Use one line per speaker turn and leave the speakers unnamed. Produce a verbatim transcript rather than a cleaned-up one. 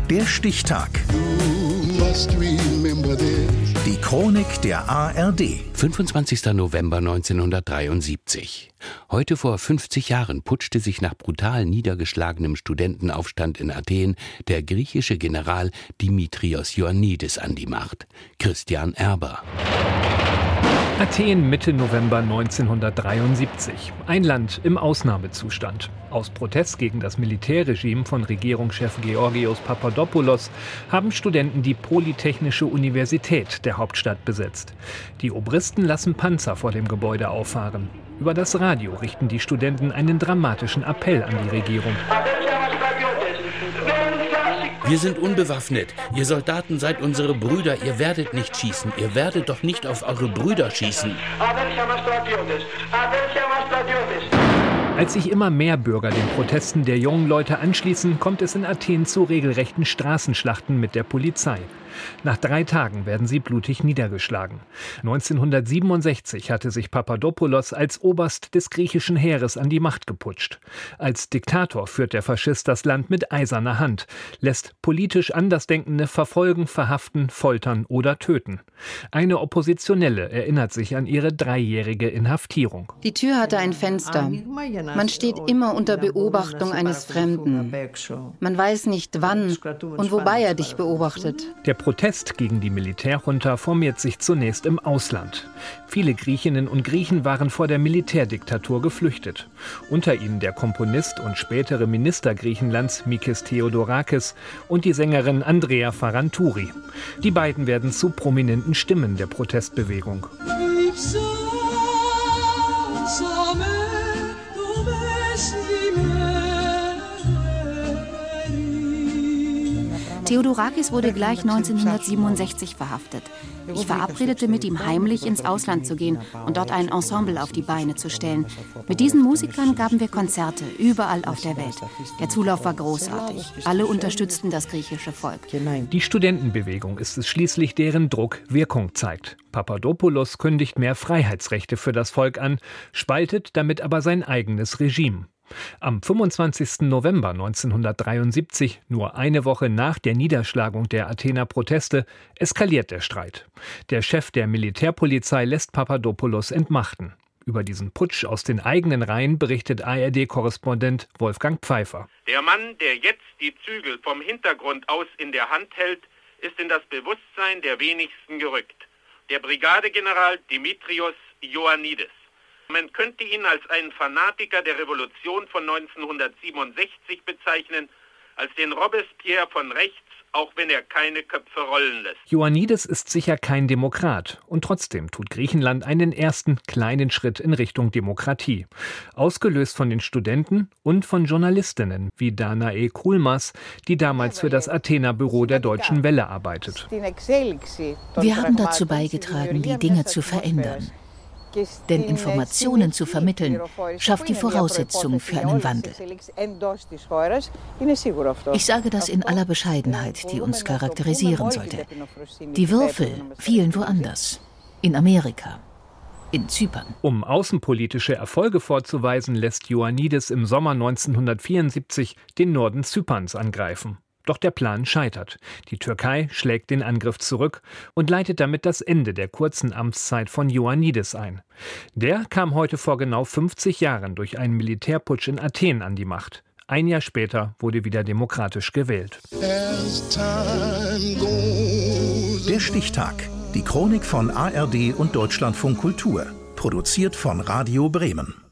Der Stichtag. Die Chronik der A R D.
fünfundzwanzigster November neunzehnhundertdreiundsiebzig. Heute vor fünfzig Jahren putschte sich nach brutal niedergeschlagenem Studentenaufstand in Athen der griechische General Dimitrios Ioannidis an die Macht. Christian Erber.
Athen Mitte November neunzehnhundertdreiundsiebzig. Ein Land im Ausnahmezustand. Aus Protest gegen das Militärregime von Regierungschef Georgios Papadopoulos haben Studenten die Polytechnische Universität der Hauptstadt besetzt. Die Obristen lassen Panzer vor dem Gebäude auffahren. Über das Radio richten die Studenten einen dramatischen Appell an die Regierung.
Wir sind unbewaffnet. Ihr Soldaten seid unsere Brüder. Ihr werdet nicht schießen. Ihr werdet doch nicht auf eure Brüder schießen.
Als sich immer mehr Bürger den Protesten der jungen Leute anschließen, kommt es in Athen zu regelrechten Straßenschlachten mit der Polizei. Nach drei Tagen werden sie blutig niedergeschlagen. neunzehnhundertsiebenundsechzig hatte sich Papadopoulos als Oberst des griechischen Heeres an die Macht geputscht. Als Diktator führt der Faschist das Land mit eiserner Hand, lässt politisch Andersdenkende verfolgen, verhaften, foltern oder töten. Eine Oppositionelle erinnert sich an ihre dreijährige Inhaftierung.
Die Tür hatte ein Fenster. Man steht immer unter Beobachtung eines Fremden. Man weiß nicht, wann und wobei er dich beobachtet.
Der Protest gegen die Militärjunta formiert sich zunächst im Ausland. Viele Griechinnen und Griechen waren vor der Militärdiktatur geflüchtet. Unter ihnen der Komponist und spätere Minister Griechenlands Mikis Theodorakis und die Sängerin Andrea Farantouri. Die beiden werden zu prominenten Stimmen der Protestbewegung.
Theodorakis wurde gleich neunzehnhundertsiebenundsechzig verhaftet. Ich verabredete mit ihm heimlich ins Ausland zu gehen und dort ein Ensemble auf die Beine zu stellen. Mit diesen Musikern gaben wir Konzerte überall auf der Welt. Der Zulauf war großartig. Alle unterstützten das griechische Volk.
Die Studentenbewegung ist es schließlich, deren Druck Wirkung zeigt. Papadopoulos kündigt mehr Freiheitsrechte für das Volk an, spaltet damit aber sein eigenes Regime. Am fünfundzwanzigsten November neunzehnhundertdreiundsiebzig, nur eine Woche nach der Niederschlagung der Athener Proteste, eskaliert der Streit. Der Chef der Militärpolizei lässt Papadopoulos entmachten. Über diesen Putsch aus den eigenen Reihen berichtet A R D-Korrespondent Wolfgang Pfeiffer.
Der Mann, der jetzt die Zügel vom Hintergrund aus in der Hand hält, ist in das Bewusstsein der wenigsten gerückt. Der Brigadegeneral Dimitrios Ioannidis. Man könnte ihn als einen Fanatiker der Revolution von neunzehnhundertsiebenundsechzig bezeichnen, als den Robespierre von rechts, auch wenn er keine Köpfe rollen lässt.
Ioannidis ist sicher kein Demokrat und trotzdem tut Griechenland einen ersten kleinen Schritt in Richtung Demokratie. Ausgelöst von den Studenten und von Journalistinnen wie Danae Kulmas, die damals für das Athener Büro der Deutschen Welle arbeitet.
Wir haben dazu beigetragen, die Dinge zu verändern. Denn Informationen zu vermitteln, schafft die Voraussetzung für einen Wandel. Ich sage das in aller Bescheidenheit, die uns charakterisieren sollte. Die Würfel fielen woanders. In Amerika. In Zypern.
Um außenpolitische Erfolge vorzuweisen, lässt Ioannidis im Sommer neunzehnhundertvierundsiebzig den Norden Zyperns angreifen. Doch der Plan scheitert. Die Türkei schlägt den Angriff zurück und leitet damit das Ende der kurzen Amtszeit von Ioannidis ein. Der kam heute vor genau fünfzig Jahren durch einen Militärputsch in Athen an die Macht. Ein Jahr später wurde wieder demokratisch gewählt.
Der Stichtag. Die Chronik von A R D und Deutschlandfunk Kultur. Produziert von Radio Bremen.